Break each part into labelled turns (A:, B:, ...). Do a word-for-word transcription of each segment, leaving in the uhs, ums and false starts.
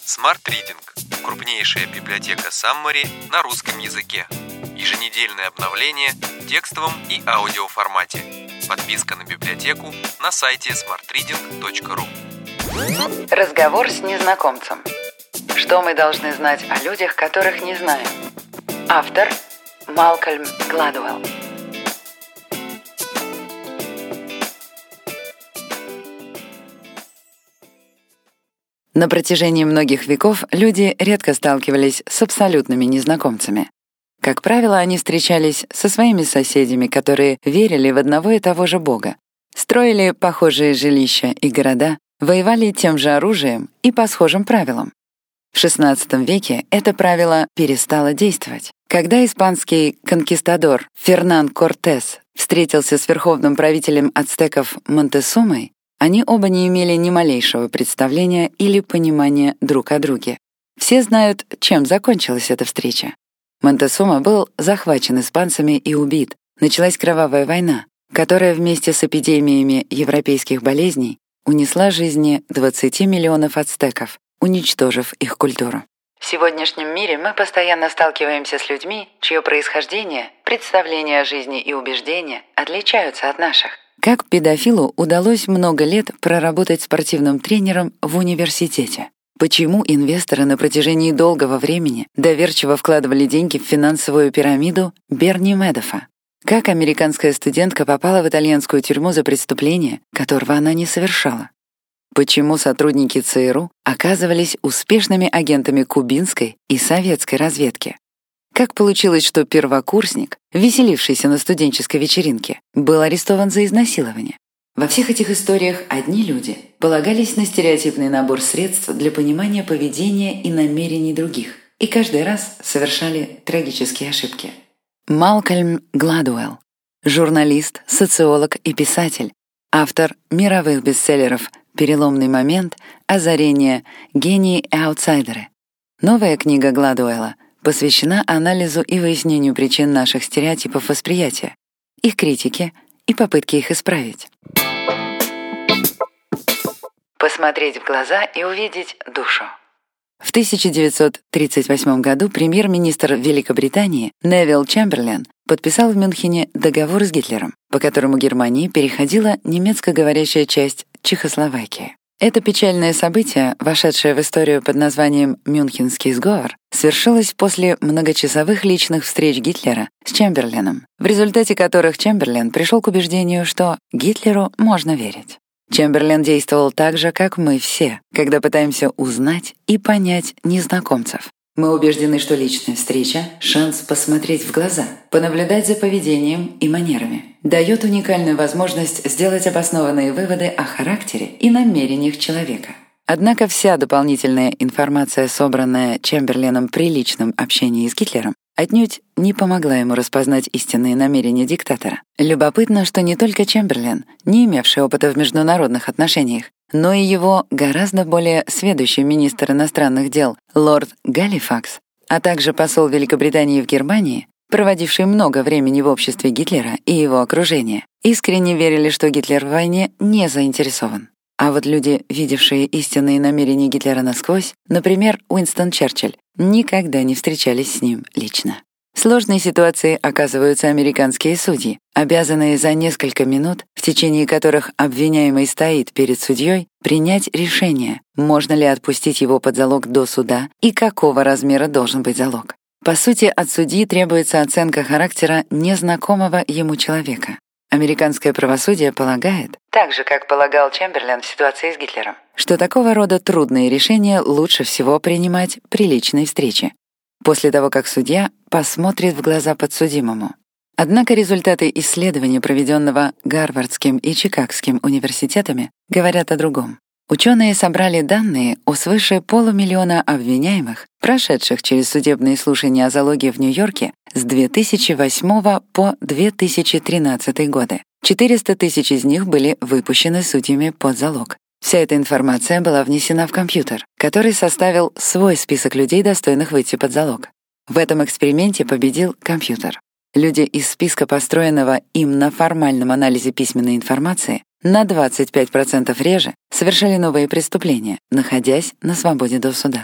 A: Smart Reading – крупнейшая библиотека Summary на русском языке. Еженедельное обновление в текстовом и аудиоформате. Подписка на библиотеку на сайте смарт ридинг точка ру.
B: Разговор с незнакомцем. Что мы должны знать о людях, которых не знаем? Автор Малкольм Гладуэлл. На протяжении многих веков люди редко сталкивались с абсолютными незнакомцами. Как правило, они встречались со своими соседями, которые верили в одного и того же Бога, строили похожие жилища и города, воевали тем же оружием и по схожим правилам. В шестнадцатом веке это правило перестало действовать. Когда испанский конкистадор Фернан Кортес встретился с верховным правителем ацтеков Монтесумой, они оба не имели ни малейшего представления или понимания друг о друге. Все знают, чем закончилась эта встреча. Монтесума был захвачен испанцами и убит. Началась кровавая война, которая вместе с эпидемиями европейских болезней унесла жизни двадцати миллионов ацтеков, уничтожив их культуру. В сегодняшнем мире мы постоянно сталкиваемся с людьми, чье происхождение, представления о жизни и убеждения отличаются от наших. Как педофилу удалось много лет проработать спортивным тренером в университете? Почему инвесторы на протяжении долгого времени доверчиво вкладывали деньги в финансовую пирамиду Берни Медофа? Как американская студентка попала в итальянскую тюрьму за преступление, которого она не совершала? Почему сотрудники ЦРУ оказывались успешными агентами кубинской и советской разведки? Как получилось, что первокурсник, веселившийся на студенческой вечеринке, был арестован за изнасилование? Во всех этих историях одни люди полагались на стереотипный набор средств для понимания поведения и намерений других, и каждый раз совершали трагические ошибки. Малкольм Гладуэлл, журналист, социолог и писатель, автор мировых бестселлеров «Переломный момент», «Озарение», «Гении и аутсайдеры». Новая книга Гладуэлла посвящена анализу и выяснению причин наших стереотипов восприятия, их критике и попытке их исправить. Посмотреть в глаза и увидеть душу. В тысяча девятьсот тридцать восьмом году премьер-министр Великобритании Невилл Чемберлен подписал в Мюнхене договор с Гитлером, по которому Германии переходила немецкоговорящая часть Чехословакии. Это печальное событие, вошедшее в историю под названием «Мюнхенский сговор», свершилось после многочасовых личных встреч Гитлера с Чемберленом, в результате которых Чемберлен пришел к убеждению, что Гитлеру можно верить. Чемберлен действовал так же, как мы все, когда пытаемся узнать и понять незнакомцев. Мы убеждены, что личная встреча — шанс посмотреть в глаза, понаблюдать за поведением и манерами, дает уникальную возможность сделать обоснованные выводы о характере и намерениях человека. Однако вся дополнительная информация, собранная Чемберленом при личном общении с Гитлером, отнюдь не помогла ему распознать истинные намерения диктатора. Любопытно, что не только Чемберлен, не имевший опыта в международных отношениях, но и его гораздо более сведущий министр иностранных дел лорд Галифакс, а также посол Великобритании в Германии, проводивший много времени в обществе Гитлера и его окружения, искренне верили, что Гитлер в войне не заинтересован. А вот люди, видевшие истинные намерения Гитлера насквозь, например, Уинстон Черчилль, никогда не встречались с ним лично. В сложной ситуации оказываются американские судьи, обязанные за несколько минут, в течение которых обвиняемый стоит перед судьей, принять решение, можно ли отпустить его под залог до суда и какого размера должен быть залог. По сути, от судьи требуется оценка характера незнакомого ему человека. Американское правосудие полагает, так же, как полагал Чемберлен в ситуации с Гитлером, что такого рода трудные решения лучше всего принимать при личной встрече, после того, как судья посмотрит в глаза подсудимому. Однако результаты исследования, проведенного Гарвардским и Чикагским университетами, говорят о другом. Ученые собрали данные о свыше полумиллиона обвиняемых, прошедших через судебные слушания о залоге в Нью-Йорке с две тысячи восьмого по две тысячи тринадцатый годы. четыреста тысяч из них были выпущены судьями под залог. Вся эта информация была внесена в компьютер, который составил свой список людей, достойных выйти под залог. В этом эксперименте победил компьютер. Люди из списка, построенного им на формальном анализе письменной информации, на двадцать пять процентов реже совершали новые преступления, находясь на свободе до суда.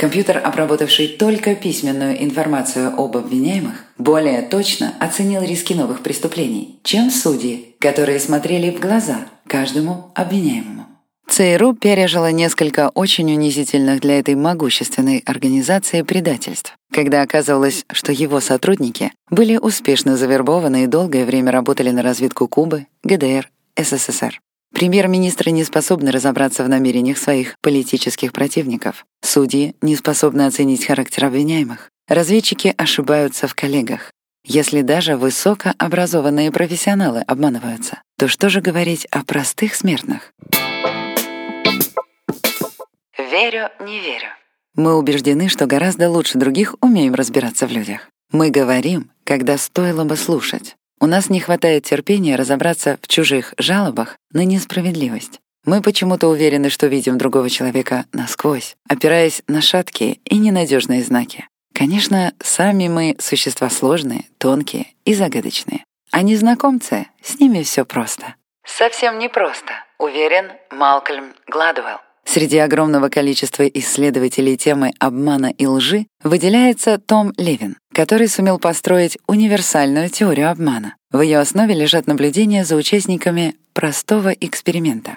B: Компьютер, обработавший только письменную информацию об обвиняемых, более точно оценил риски новых преступлений, чем судьи, которые смотрели в глаза каждому обвиняемому. ЦРУ пережило несколько очень унизительных для этой могущественной организации предательств, когда оказывалось, что его сотрудники были успешно завербованы и долгое время работали на разведку Кубы, ГДР, СССР. Премьер-министры не способны разобраться в намерениях своих политических противников. Судьи не способны оценить характер обвиняемых. Разведчики ошибаются в коллегах. Если даже высокообразованные профессионалы обманываются, то что же говорить о простых смертных? Верю, не верю. Мы убеждены, что гораздо лучше других умеем разбираться в людях. Мы говорим, когда стоило бы слушать. У нас не хватает терпения разобраться в чужих жалобах на несправедливость. Мы почему-то уверены, что видим другого человека насквозь, опираясь на шаткие и ненадежные знаки. Конечно, сами мы существа сложные, тонкие и загадочные. А незнакомцы, с ними все просто. Совсем непросто, уверен Малкольм Гладуэлл. Среди огромного количества исследователей темы обмана и лжи выделяется Том Левин, который сумел построить универсальную теорию обмана. В ее основе лежат наблюдения за участниками простого эксперимента.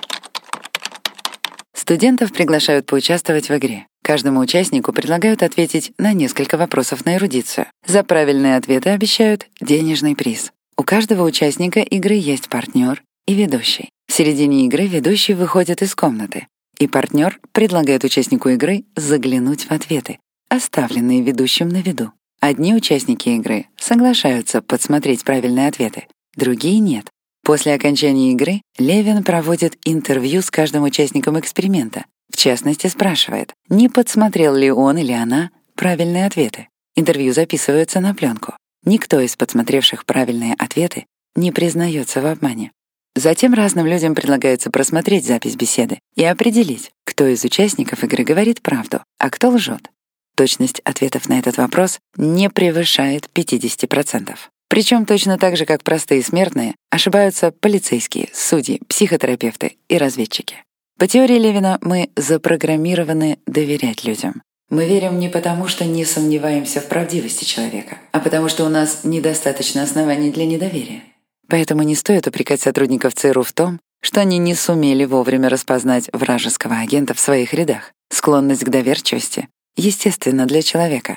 B: Студентов приглашают поучаствовать в игре. Каждому участнику предлагают ответить на несколько вопросов на эрудицию. За правильные ответы обещают денежный приз. У каждого участника игры есть партнер и ведущий. В середине игры ведущий выходит из комнаты, и партнер предлагает участнику игры заглянуть в ответы, оставленные ведущим на виду. Одни участники игры соглашаются подсмотреть правильные ответы, другие — нет. После окончания игры Левин проводит интервью с каждым участником эксперимента. В частности, спрашивает, не подсмотрел ли он или она правильные ответы. Интервью записываются на пленку. Никто из подсмотревших правильные ответы не признается в обмане. Затем разным людям предлагается просмотреть запись беседы и определить, кто из участников игры говорит правду, а кто лжет. Точность ответов на этот вопрос не превышает пятьдесят процентов. Причем точно так же, как простые смертные, ошибаются полицейские, судьи, психотерапевты и разведчики. По теории Левина мы запрограммированы доверять людям. Мы верим не потому, что не сомневаемся в правдивости человека, а потому что у нас недостаточно оснований для недоверия. Поэтому не стоит упрекать сотрудников ЦРУ в том, что они не сумели вовремя распознать вражеского агента в своих рядах. Склонность к доверчивости естественна для человека.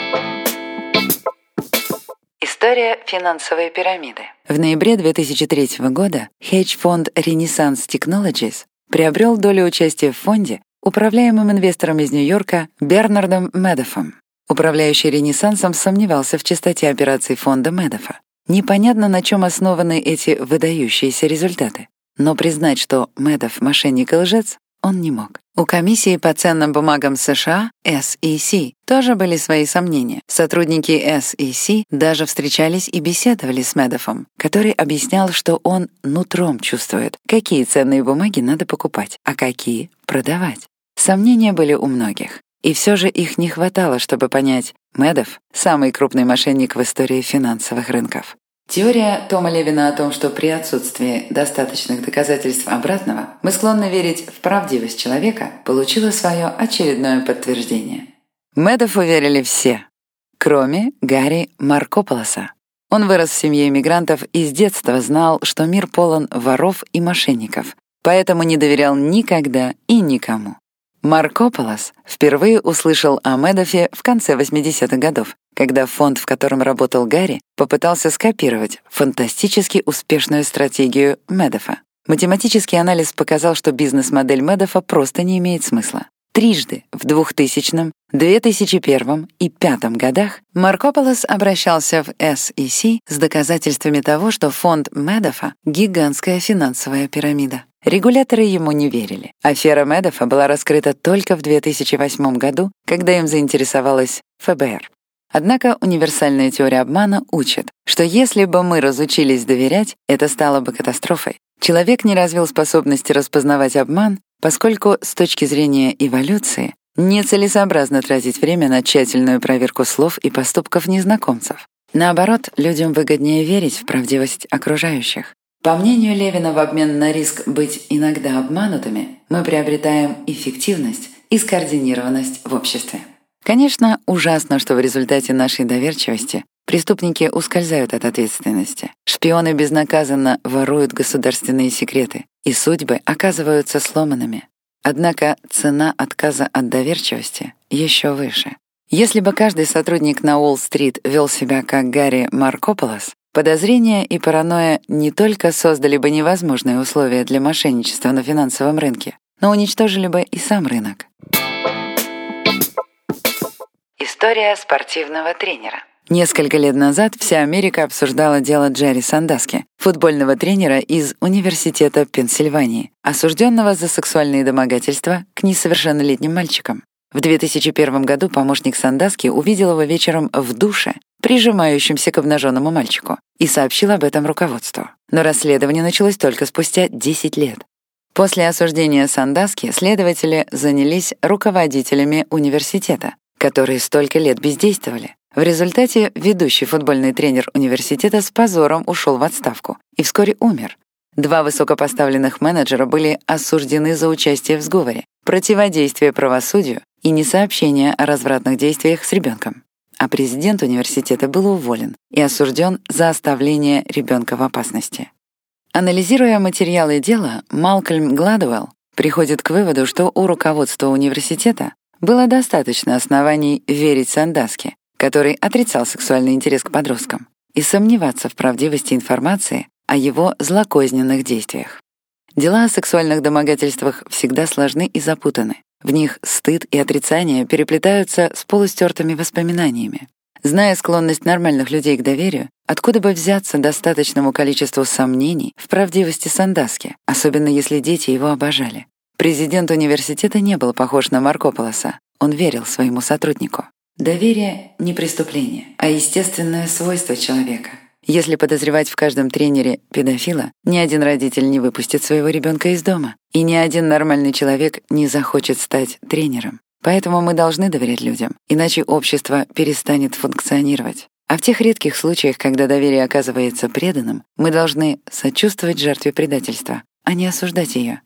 B: История финансовой пирамиды. В ноябре две тысячи третьего года хедж-фонд Renaissance Technologies приобрел долю участия в фонде, управляемым инвестором из Нью-Йорка Бернардом Медоффом. Управляющий Ренессансом сомневался в чистоте операций фонда Медоффа. Непонятно, на чем основаны эти выдающиеся результаты. Но признать, что Медофф — мошенник и лжец, он не мог. У комиссии по ценным бумагам США, эс и си, тоже были свои сомнения. Сотрудники эс и си даже встречались и беседовали с Медоффом, который объяснял, что он нутром чувствует, какие ценные бумаги надо покупать, а какие — продавать. Сомнения были у многих. И все же их не хватало, чтобы понять, Медофф — самый крупный мошенник в истории финансовых рынков. Теория Тома Левина о том, что при отсутствии достаточных доказательств обратного мы склонны верить в правдивость человека, получила свое очередное подтверждение. Медоффу верили все, кроме Гарри Маркополоса. Он вырос в семье иммигрантов и с детства знал, что мир полон воров и мошенников, поэтому не доверял никогда и никому. Маркополос впервые услышал о Медоффе в конце восьмидесятых годов, когда фонд, в котором работал Гарри, попытался скопировать фантастически успешную стратегию Медоффа. Математический анализ показал, что бизнес-модель Медоффа просто не имеет смысла. Трижды в двухтысячном, две тысячи первом и две тысячи пятом годах Маркополос обращался в эс и си с доказательствами того, что фонд Медоффа — гигантская финансовая пирамида. Регуляторы ему не верили. Афера Медоффа была раскрыта только в две тысячи восьмом году, когда им заинтересовалась эф бэ эр. Однако универсальная теория обмана учит, что если бы мы разучились доверять, это стало бы катастрофой. Человек не развил способности распознавать обман, поскольку с точки зрения эволюции нецелесообразно тратить время на тщательную проверку слов и поступков незнакомцев. Наоборот, людям выгоднее верить в правдивость окружающих. По мнению Левина, в обмен на риск быть иногда обманутыми, мы приобретаем эффективность и скоординированность в обществе. Конечно, ужасно, что в результате нашей доверчивости преступники ускользают от ответственности. Шпионы безнаказанно воруют государственные секреты, и судьбы оказываются сломанными. Однако цена отказа от доверчивости еще выше. Если бы каждый сотрудник на Уолл-стрит вел себя как Гарри Маркополос, подозрения и паранойя не только создали бы невозможные условия для мошенничества на финансовом рынке, но уничтожили бы и сам рынок. История спортивного тренера. Несколько лет назад вся Америка обсуждала дело Джерри Сандаски, футбольного тренера из Университета Пенсильвании, осужденного за сексуальные домогательства к несовершеннолетним мальчикам. В две тысячи первом году помощник Сандаски увидел его вечером в душе, прижимающимся к обнаженному мальчику, и сообщил об этом руководству. Но расследование началось только спустя десять лет. После осуждения Сандаски следователи занялись руководителями университета, которые столько лет бездействовали. В результате ведущий футбольный тренер университета с позором ушел в отставку и вскоре умер. Два высокопоставленных менеджера были осуждены за участие в сговоре, противодействие правосудию и несообщение о развратных действиях с ребенком. А президент университета был уволен и осужден за оставление ребенка в опасности. Анализируя материалы дела, Малкольм Гладуэлл приходит к выводу, что у руководства университета было достаточно оснований верить Сандаски, который отрицал сексуальный интерес к подросткам, и сомневаться в правдивости информации о его злокозненных действиях. Дела о сексуальных домогательствах всегда сложны и запутаны. В них стыд и отрицание переплетаются с полустертыми воспоминаниями. Зная склонность нормальных людей к доверию, откуда бы взяться достаточному количеству сомнений в правдивости Сандаски, особенно если дети его обожали. Президент университета не был похож на Маркополоса, он верил своему сотруднику. Доверие — не преступление, а естественное свойство человека. Если подозревать в каждом тренере педофила, ни один родитель не выпустит своего ребенка из дома, и ни один нормальный человек не захочет стать тренером. Поэтому мы должны доверять людям, иначе общество перестанет функционировать. А в тех редких случаях, когда доверие оказывается преданным, мы должны сочувствовать жертве предательства, а не осуждать ее.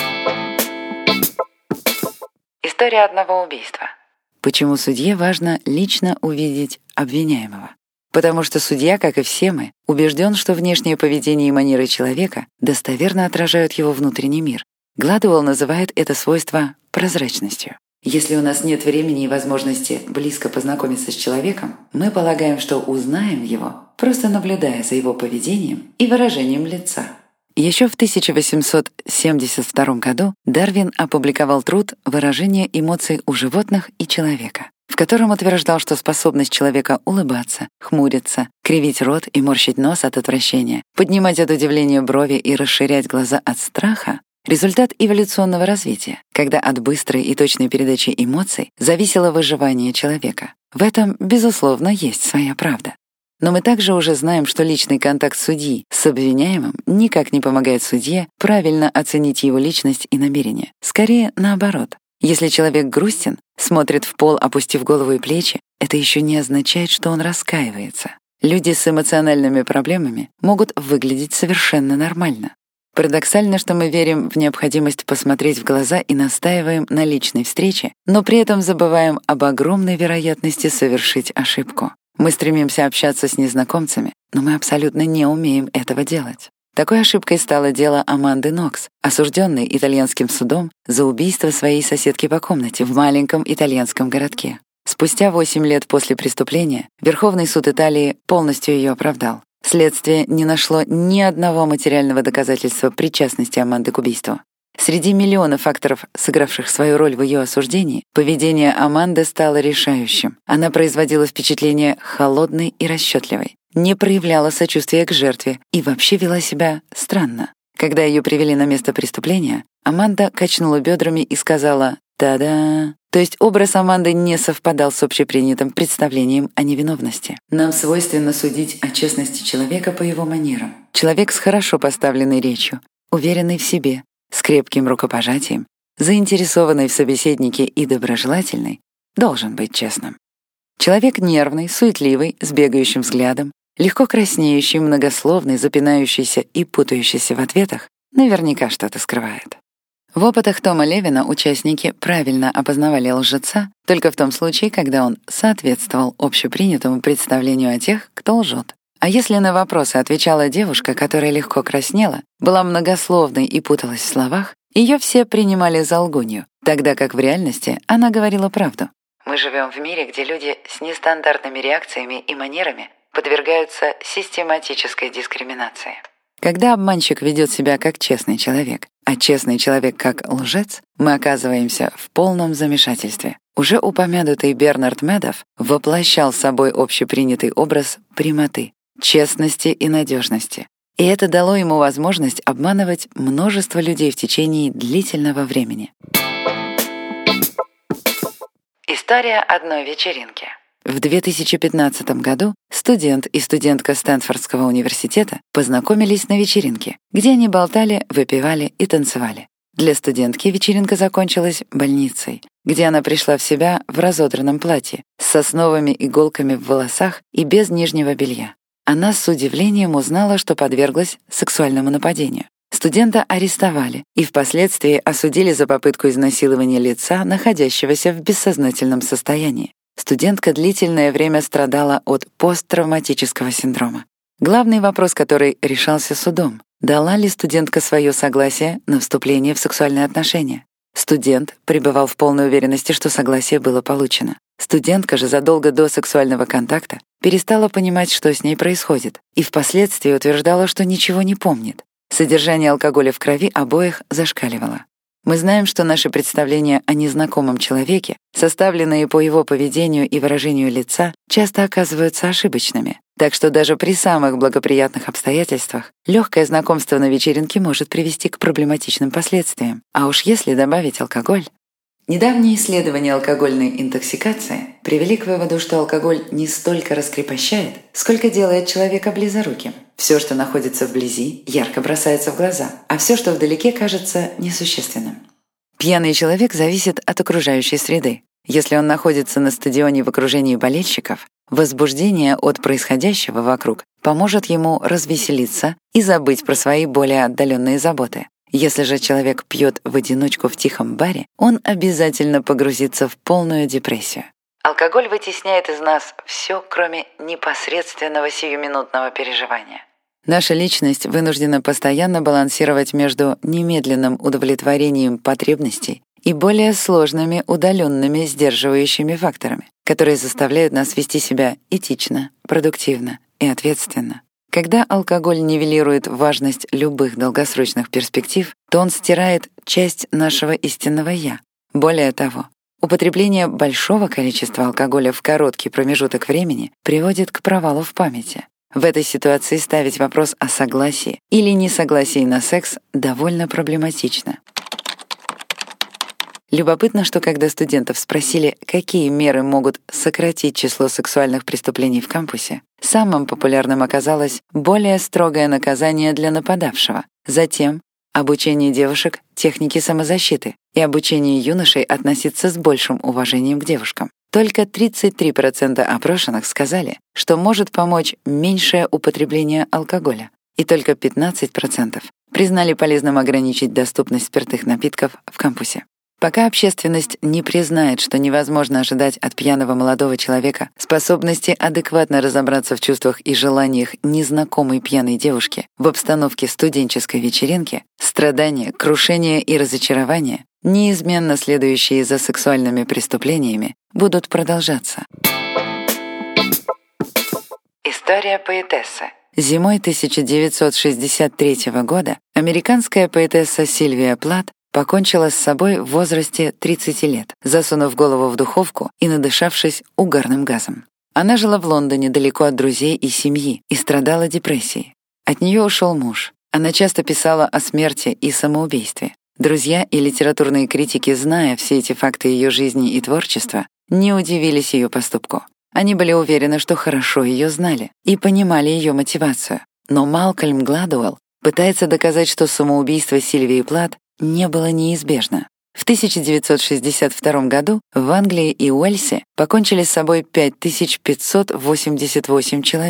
B: История одного убийства. Почему судье важно лично увидеть обвиняемого? Потому что судья, как и все мы, убежден, что внешнее поведение и манеры человека достоверно отражают его внутренний мир. Гладуэлл называет это свойство прозрачностью. Если у нас нет времени и возможности близко познакомиться с человеком, мы полагаем, что узнаем его, просто наблюдая за его поведением и выражением лица. Еще в тысяча восемьсот семьдесят втором году Дарвин опубликовал труд «Выражение эмоций у животных и человека», в котором утверждал, что способность человека улыбаться, хмуриться, кривить рот и морщить нос от отвращения, поднимать от удивления брови и расширять глаза от страха — результат эволюционного развития, когда от быстрой и точной передачи эмоций зависело выживание человека. В этом, безусловно, есть своя правда. Но мы также уже знаем, что личный контакт судьи с обвиняемым никак не помогает судье правильно оценить его личность и намерения. Скорее, наоборот. Если человек грустен, смотрит в пол, опустив голову и плечи, это еще не означает, что он раскаивается. Люди с эмоциональными проблемами могут выглядеть совершенно нормально. Парадоксально, что мы верим в необходимость посмотреть в глаза и настаиваем на личной встрече, но при этом забываем об огромной вероятности совершить ошибку. Мы стремимся общаться с незнакомцами, но мы абсолютно не умеем этого делать. Такой ошибкой стало дело Аманды Нокс, осужденной итальянским судом за убийство своей соседки по комнате в маленьком итальянском городке. Спустя восемь лет после преступления Верховный суд Италии полностью ее оправдал. Следствие не нашло ни одного материального доказательства причастности Аманды к убийству. Среди миллионов факторов, сыгравших свою роль в ее осуждении, поведение Аманды стало решающим. Она производила впечатление холодной и расчетливой, не проявляла сочувствия к жертве и вообще вела себя странно. Когда ее привели на место преступления, Аманда качнула бедрами и сказала «Та-да!». То есть образ Аманды не совпадал с общепринятым представлением о невиновности. Нам свойственно судить о честности человека по его манерам. Человек с хорошо поставленной речью, уверенный в себе, с крепким рукопожатием, заинтересованный в собеседнике и доброжелательный, должен быть честным. Человек нервный, суетливый, с бегающим взглядом, легко краснеющий, многословный, запинающийся и путающийся в ответах, наверняка что-то скрывает. В опытах Тома Левина участники правильно опознавали лжеца только в том случае, когда он соответствовал общепринятому представлению о тех, кто лжет. А если на вопросы отвечала девушка, которая легко краснела, была многословной и путалась в словах, ее все принимали за лгунью, тогда как в реальности она говорила правду. Мы живем в мире, где люди с нестандартными реакциями и манерами подвергаются систематической дискриминации. Когда обманщик ведет себя как честный человек, а честный человек как лжец, мы оказываемся в полном замешательстве. Уже упомянутый Бернард Медов воплощал собой общепринятый образ прямоты, честности и надежности. И это дало ему возможность обманывать множество людей в течение длительного времени. История одной вечеринки. В две тысячи пятнадцатом году студент и студентка Стэнфордского университета познакомились на вечеринке, где они болтали, выпивали и танцевали. Для студентки вечеринка закончилась больницей, где она пришла в себя в разодранном платье, с сосновыми иголками в волосах и без нижнего белья. Она с удивлением узнала, что подверглась сексуальному нападению. Студента арестовали и впоследствии осудили за попытку изнасилования лица, находящегося в бессознательном состоянии. Студентка длительное время страдала от посттравматического синдрома. Главный вопрос, который решался судом: дала ли студентка свое согласие на вступление в сексуальные отношения? Студент пребывал в полной уверенности, что согласие было получено. Студентка же задолго до сексуального контакта перестала понимать, что с ней происходит, и впоследствии утверждала, что ничего не помнит. Содержание алкоголя в крови обоих зашкаливало. Мы знаем, что наши представления о незнакомом человеке, составленные по его поведению и выражению лица, часто оказываются ошибочными. Так что даже при самых благоприятных обстоятельствах легкое знакомство на вечеринке может привести к проблематичным последствиям. А уж если добавить алкоголь... Недавние исследования алкогольной интоксикации привели к выводу, что алкоголь не столько раскрепощает, сколько делает человека близоруким. Все, что находится вблизи, ярко бросается в глаза, а все, что вдалеке, кажется несущественным. Пьяный человек зависит от окружающей среды. Если он находится на стадионе в окружении болельщиков, возбуждение от происходящего вокруг поможет ему развеселиться и забыть про свои более отдаленные заботы. Если же человек пьет в одиночку в тихом баре, он обязательно погрузится в полную депрессию. Алкоголь вытесняет из нас все, кроме непосредственного сиюминутного переживания. Наша личность вынуждена постоянно балансировать между немедленным удовлетворением потребностей и более сложными удаленными сдерживающими факторами, которые заставляют нас вести себя этично, продуктивно и ответственно. Когда алкоголь нивелирует важность любых долгосрочных перспектив, то он стирает часть нашего истинного «я». Более того, употребление большого количества алкоголя в короткий промежуток времени приводит к провалу в памяти. В этой ситуации ставить вопрос о согласии или несогласии на секс довольно проблематично. Любопытно, что когда студентов спросили, какие меры могут сократить число сексуальных преступлений в кампусе, самым популярным оказалось более строгое наказание для нападавшего, затем обучение девушек технике самозащиты и обучение юношей относиться с большим уважением к девушкам. Только тридцать три процента опрошенных сказали, что может помочь меньшее употребление алкоголя, и только пятнадцать процентов признали полезным ограничить доступность спиртных напитков в кампусе. Пока общественность не признает, что невозможно ожидать от пьяного молодого человека способности адекватно разобраться в чувствах и желаниях незнакомой пьяной девушки в обстановке студенческой вечеринки, страдания, крушения и разочарования, неизменно следующие за сексуальными преступлениями, будут продолжаться. История поэтессы. Зимой тысяча девятьсот шестьдесят третьего года американская поэтесса Сильвия Плат покончила с собой в возрасте тридцати лет, засунув голову в духовку и надышавшись угарным газом. Она жила в Лондоне далеко от друзей и семьи и страдала депрессией. От нее ушел муж. Она часто писала о смерти и самоубийстве. Друзья и литературные критики, зная все эти факты ее жизни и творчества, не удивились ее поступку. Они были уверены, что хорошо ее знали и понимали ее мотивацию. Но Малкольм Гладуэлл пытается доказать, что самоубийство Сильвии Плат не было неизбежно. В тысяча девятьсот шестьдесят втором году в Англии и Уэльсе покончили с собой пять тысяч пятьсот восемьдесят восемь человек,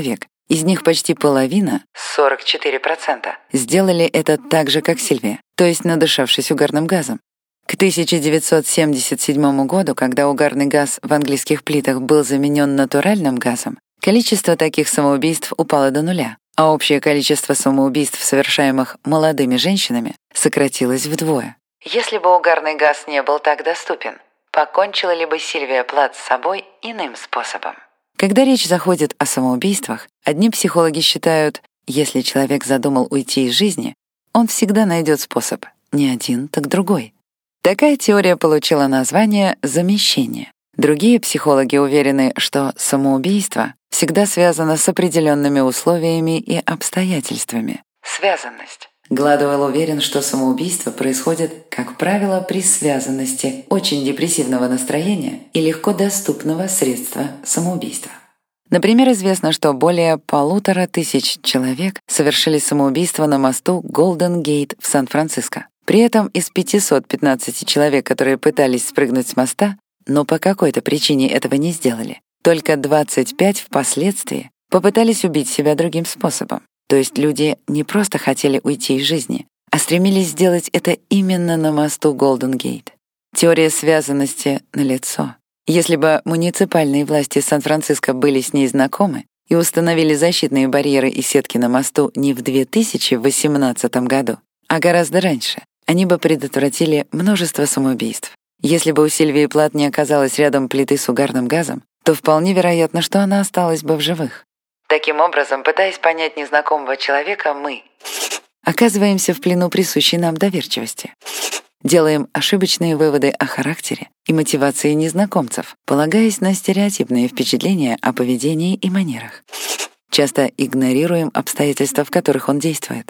B: Из них почти половина, сорок четыре процента, сделали это так же, как Сильвия, то есть надышавшись угарным газом. К тысяча девятьсот семьдесят седьмому году, когда угарный газ в английских плитах был заменен натуральным газом, количество таких самоубийств упало до нуля, а общее количество самоубийств, совершаемых молодыми женщинами, сократилось вдвое. Если бы угарный газ не был так доступен, покончила ли бы Сильвия Плат с собой иным способом? Когда речь заходит о самоубийствах, одни психологи считают, если человек задумал уйти из жизни, он всегда найдет способ, не один, так другой. Такая теория получила название «замещение». Другие психологи уверены, что самоубийство всегда связано с определенными условиями и обстоятельствами. Связанность. Гладуэлл уверен, что самоубийство происходит, как правило, при связанности очень депрессивного настроения и легко доступного средства самоубийства. Например, известно, что более полутора тысяч человек совершили самоубийство на мосту Голден-Гейт в Сан-Франциско. При этом из пятисот пятнадцати человек, которые пытались спрыгнуть с моста, но по какой-то причине этого не сделали, только двадцать пять впоследствии попытались убить себя другим способом. То есть люди не просто хотели уйти из жизни, а стремились сделать это именно на мосту Голден-Гейт. Теория связанности налицо. Если бы муниципальные власти Сан-Франциско были с ней знакомы и установили защитные барьеры и сетки на мосту не в две тысячи восемнадцатом году, а гораздо раньше, они бы предотвратили множество самоубийств. Если бы у Сильвии Плат не оказалось рядом плиты с угарным газом, то вполне вероятно, что она осталась бы в живых. Таким образом, пытаясь понять незнакомого человека, мы оказываемся в плену присущей нам доверчивости. Делаем ошибочные выводы о характере и мотивации незнакомцев, полагаясь на стереотипные впечатления о поведении и манерах. Часто игнорируем обстоятельства, в которых он действует.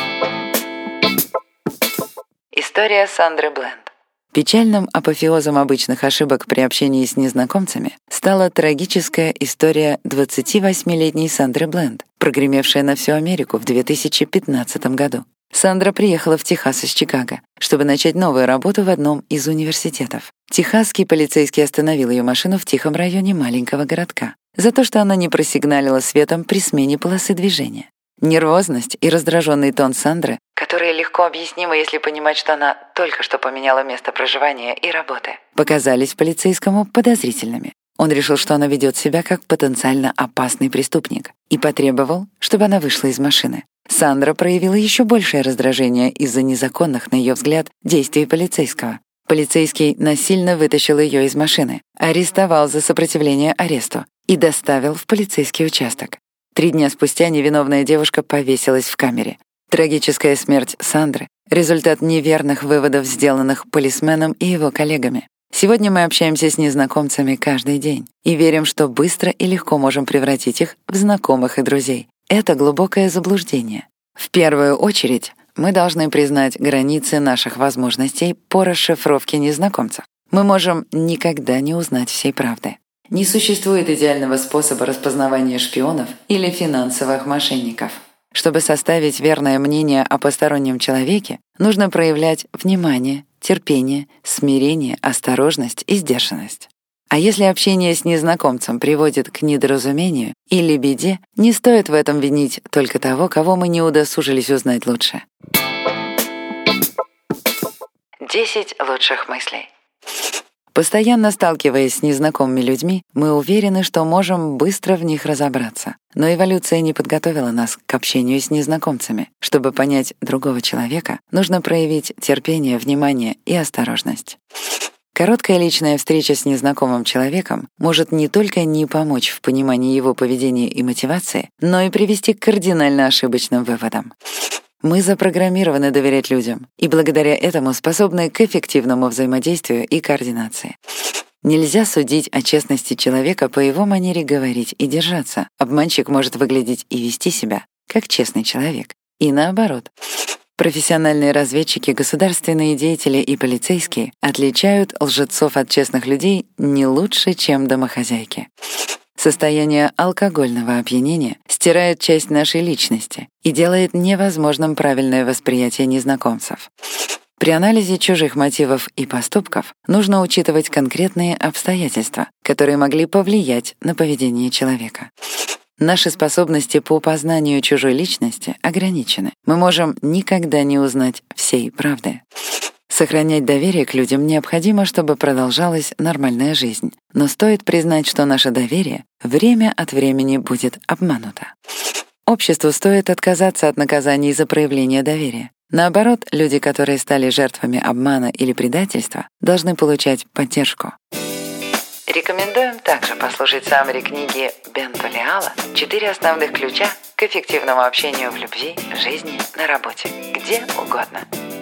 B: История Сандры Бленд. Печальным апофеозом обычных ошибок при общении с незнакомцами стала трагическая история двадцативосьмилетней Сандры Бленд, прогремевшая на всю Америку в две тысячи пятнадцатом году. Сандра приехала в Техас из Чикаго, чтобы начать новую работу в одном из университетов. Техасский полицейский остановил ее машину в тихом районе маленького городка за то, что она не просигналила светом при смене полосы движения. Нервозность и раздраженный тон Сандры, которые легко объяснимы, если понимать, что она только что поменяла место проживания и работы, показались полицейскому подозрительными. Он решил, что она ведет себя как потенциально опасный преступник, и потребовал, чтобы она вышла из машины. Сандра проявила еще большее раздражение из-за незаконных, на ее взгляд, действий полицейского. Полицейский насильно вытащил ее из машины, арестовал за сопротивление аресту и доставил в полицейский участок. Три дня спустя невиновная девушка повесилась в камере. Трагическая смерть Сандры — результат неверных выводов, сделанных полисменом и его коллегами. Сегодня мы общаемся с незнакомцами каждый день и верим, что быстро и легко можем превратить их в знакомых и друзей. Это глубокое заблуждение. В первую очередь, мы должны признать границы наших возможностей по расшифровке незнакомцев. Мы можем никогда не узнать всей правды. Не существует идеального способа распознавания шпионов или финансовых мошенников. Чтобы составить верное мнение о постороннем человеке, нужно проявлять внимание, терпение, смирение, осторожность и сдержанность. А если общение с незнакомцем приводит к недоразумению или беде, не стоит в этом винить только того, кого мы не удосужились узнать лучше. десять лучших мыслей. Постоянно сталкиваясь с незнакомыми людьми, мы уверены, что можем быстро в них разобраться. Но эволюция не подготовила нас к общению с незнакомцами. Чтобы понять другого человека, нужно проявить терпение, внимание и осторожность. Короткая личная встреча с незнакомым человеком может не только не помочь в понимании его поведения и мотивации, но и привести к кардинально ошибочным выводам. Мы запрограммированы доверять людям, и благодаря этому способны к эффективному взаимодействию и координации. Нельзя судить о честности человека по его манере говорить и держаться. Обманщик может выглядеть и вести себя как честный человек. И наоборот. Профессиональные разведчики, государственные деятели и полицейские отличают лжецов от честных людей не лучше, чем домохозяйки. Состояние алкогольного опьянения стирает часть нашей личности и делает невозможным правильное восприятие незнакомцев. При анализе чужих мотивов и поступков нужно учитывать конкретные обстоятельства, которые могли повлиять на поведение человека. Наши способности по познанию чужой личности ограничены. Мы можем никогда не узнать всей правды. Сохранять доверие к людям необходимо, чтобы продолжалась нормальная жизнь. Но стоит признать, что наше доверие время от времени будет обмануто. Обществу стоит отказаться от наказаний за проявление доверия. Наоборот, люди, которые стали жертвами обмана или предательства, должны получать поддержку. Рекомендуем также послушать саммари книги Бенто Леала «Четыре основных ключа к эффективному общению в любви, жизни, на работе, где угодно».